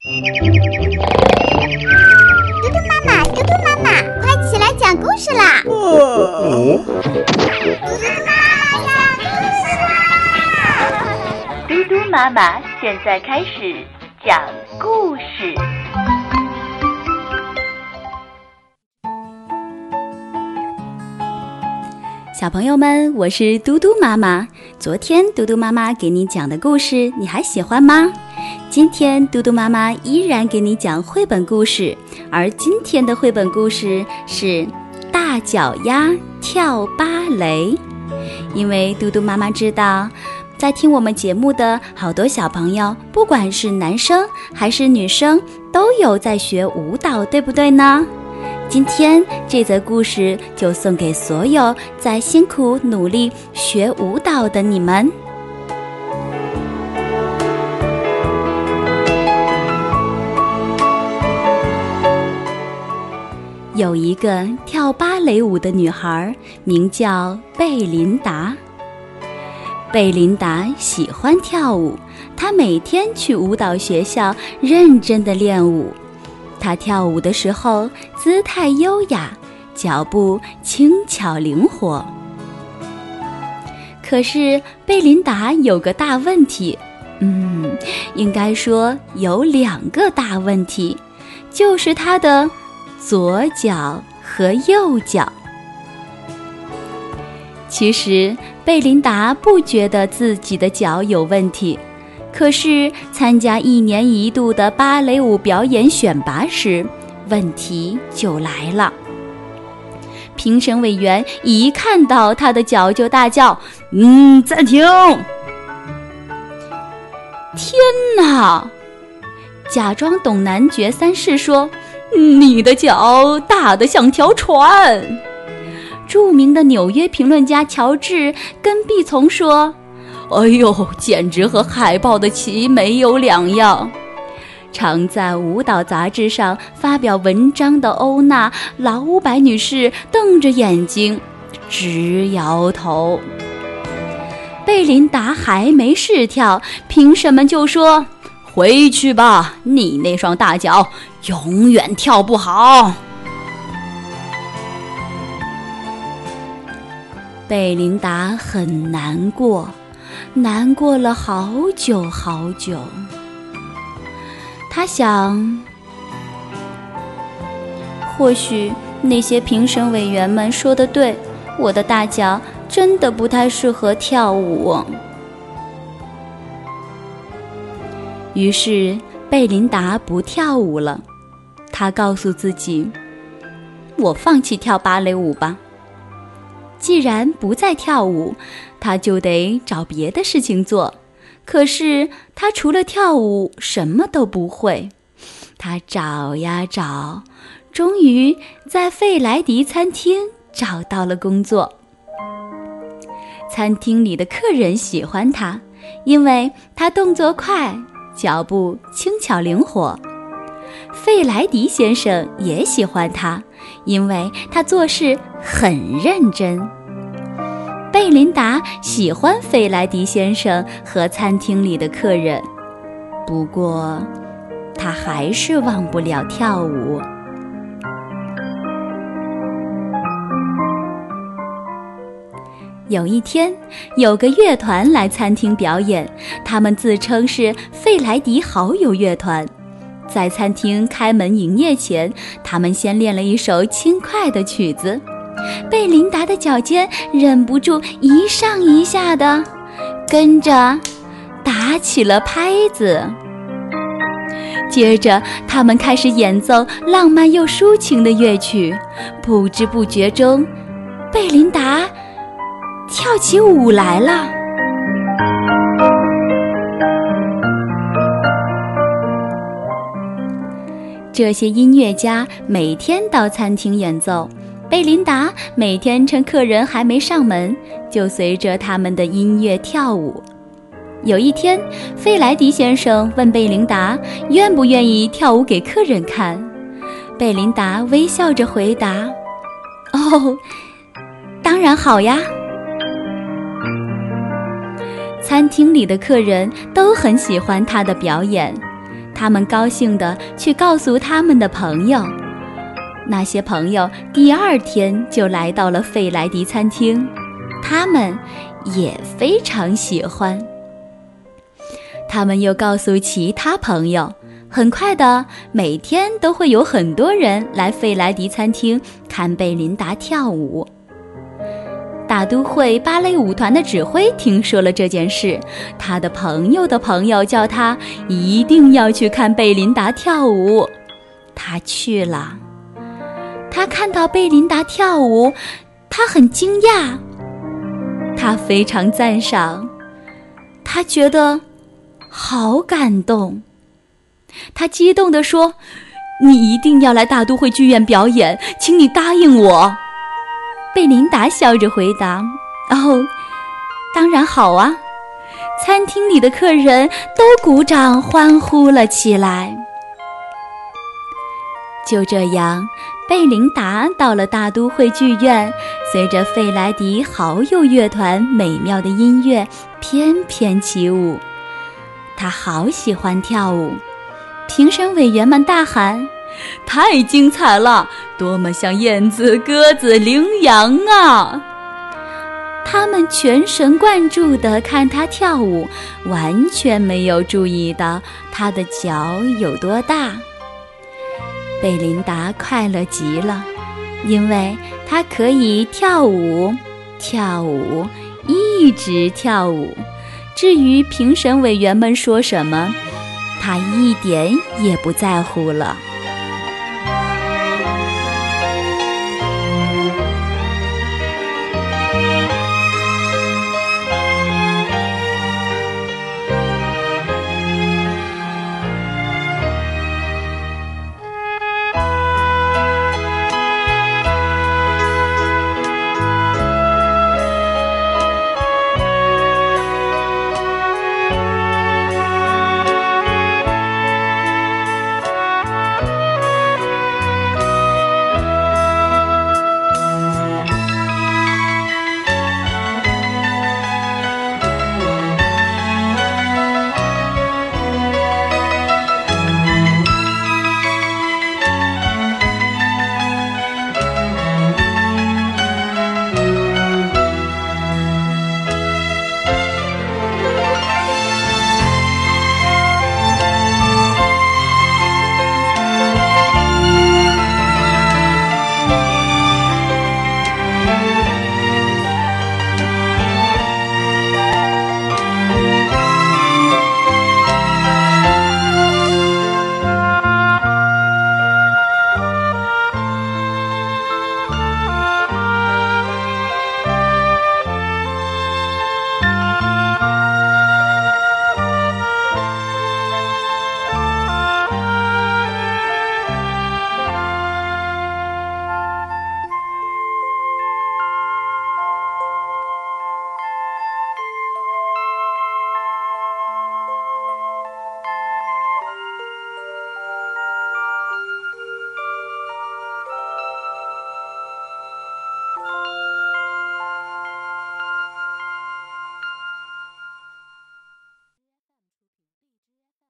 嘟嘟妈妈，嘟嘟妈妈，快起来讲故事啦！嘟嘟妈妈讲故事啦！ 嘟嘟妈妈现在开始讲故事。 小朋友们，我是嘟嘟妈妈。昨天嘟嘟妈妈给你讲的故事，你还喜欢吗？今天嘟嘟妈妈依然给你讲绘本故事，而今天的绘本故事是大脚丫跳芭蕾。因为嘟嘟妈妈知道，在听我们节目的好多小朋友，不管是男生还是女生，都有在学舞蹈，对不对呢？今天这则故事就送给所有在辛苦努力学舞蹈的你们。有一个跳芭蕾舞的女孩，名叫贝琳达。贝琳达喜欢跳舞，她每天去舞蹈学校认真地练舞。她跳舞的时候姿态优雅，脚步轻巧灵活。可是贝琳达有个大问题，应该说有2个大问题，就是她的左脚和右脚。其实贝琳达不觉得自己的脚有问题，可是参加1年1度的芭蕾舞表演选拔时，问题就来了。评审委员一看到他的脚就大叫：暂停！天哪！假装懂男爵3世说：你的脚大得像条船。著名的纽约评论家乔治跟毕从说：哎呦，简直和海豹的鳍没有两样。常在舞蹈杂志上发表文章的欧娜·劳乌白女士瞪着眼睛，直摇头。贝琳达还没试跳，评审们就说：回去吧，你那双大脚永远跳不好。贝琳达很难过，难过了好久好久。他想，或许那些评审委员们说得对，我的大脚真的不太适合跳舞。于是贝琳达不跳舞了，她告诉自己，我放弃跳芭蕾舞吧。既然不再跳舞，她就得找别的事情做。可是她除了跳舞什么都不会。她找呀找，终于在费莱迪餐厅找到了工作。餐厅里的客人喜欢她，因为她动作快，脚步轻巧灵活。费莱迪先生也喜欢她，因为她做事很认真。贝琳达喜欢费莱迪先生和餐厅里的客人，不过她还是忘不了跳舞。有一天，有个乐团来餐厅表演，他们自称是费莱迪好友乐团。在餐厅开门营业前，他们先练了一首轻快的曲子。贝琳达的脚尖忍不住一上一下的，跟着打起了拍子。接着他们开始演奏浪漫又抒情的乐曲，不知不觉中，贝琳达跳起舞来了。这些音乐家每天到餐厅演奏，贝琳达每天趁客人还没上门，就随着他们的音乐跳舞。有一天，费莱迪先生问贝琳达愿不愿意跳舞给客人看。贝琳达微笑着回答：哦，当然好呀。餐厅里的客人都很喜欢她的表演， 他们高兴地去告诉他们的朋友。那些朋友第二天就来到了费莱迪餐厅，他们也非常喜欢。他们又告诉其他朋友，很快的，每天都会有很多人来费莱迪餐厅看贝琳达跳舞。大都会芭蕾舞团的指挥听说了这件事，他的朋友的朋友叫他一定要去看贝琳达跳舞。他去了，他看到贝琳达跳舞，他很惊讶，他非常赞赏，他觉得好感动。他激动地说：“你一定要来大都会剧院表演，请你答应我。”贝琳达笑着回答：“哦，当然好啊！”餐厅里的客人都鼓掌欢呼了起来。就这样，贝琳达到了大都会剧院，随着费莱迪好友乐团美妙的音乐翩翩起舞。她好喜欢跳舞，评审委员们大喊：“太精彩了，多么像燕子、鸽子、羚羊啊！”他们全神贯注地看她跳舞，完全没有注意到她的脚有多大。贝琳达快乐极了，因为她可以跳舞，跳舞，一直跳舞。至于评审委员们说什么，她一点也不在乎了。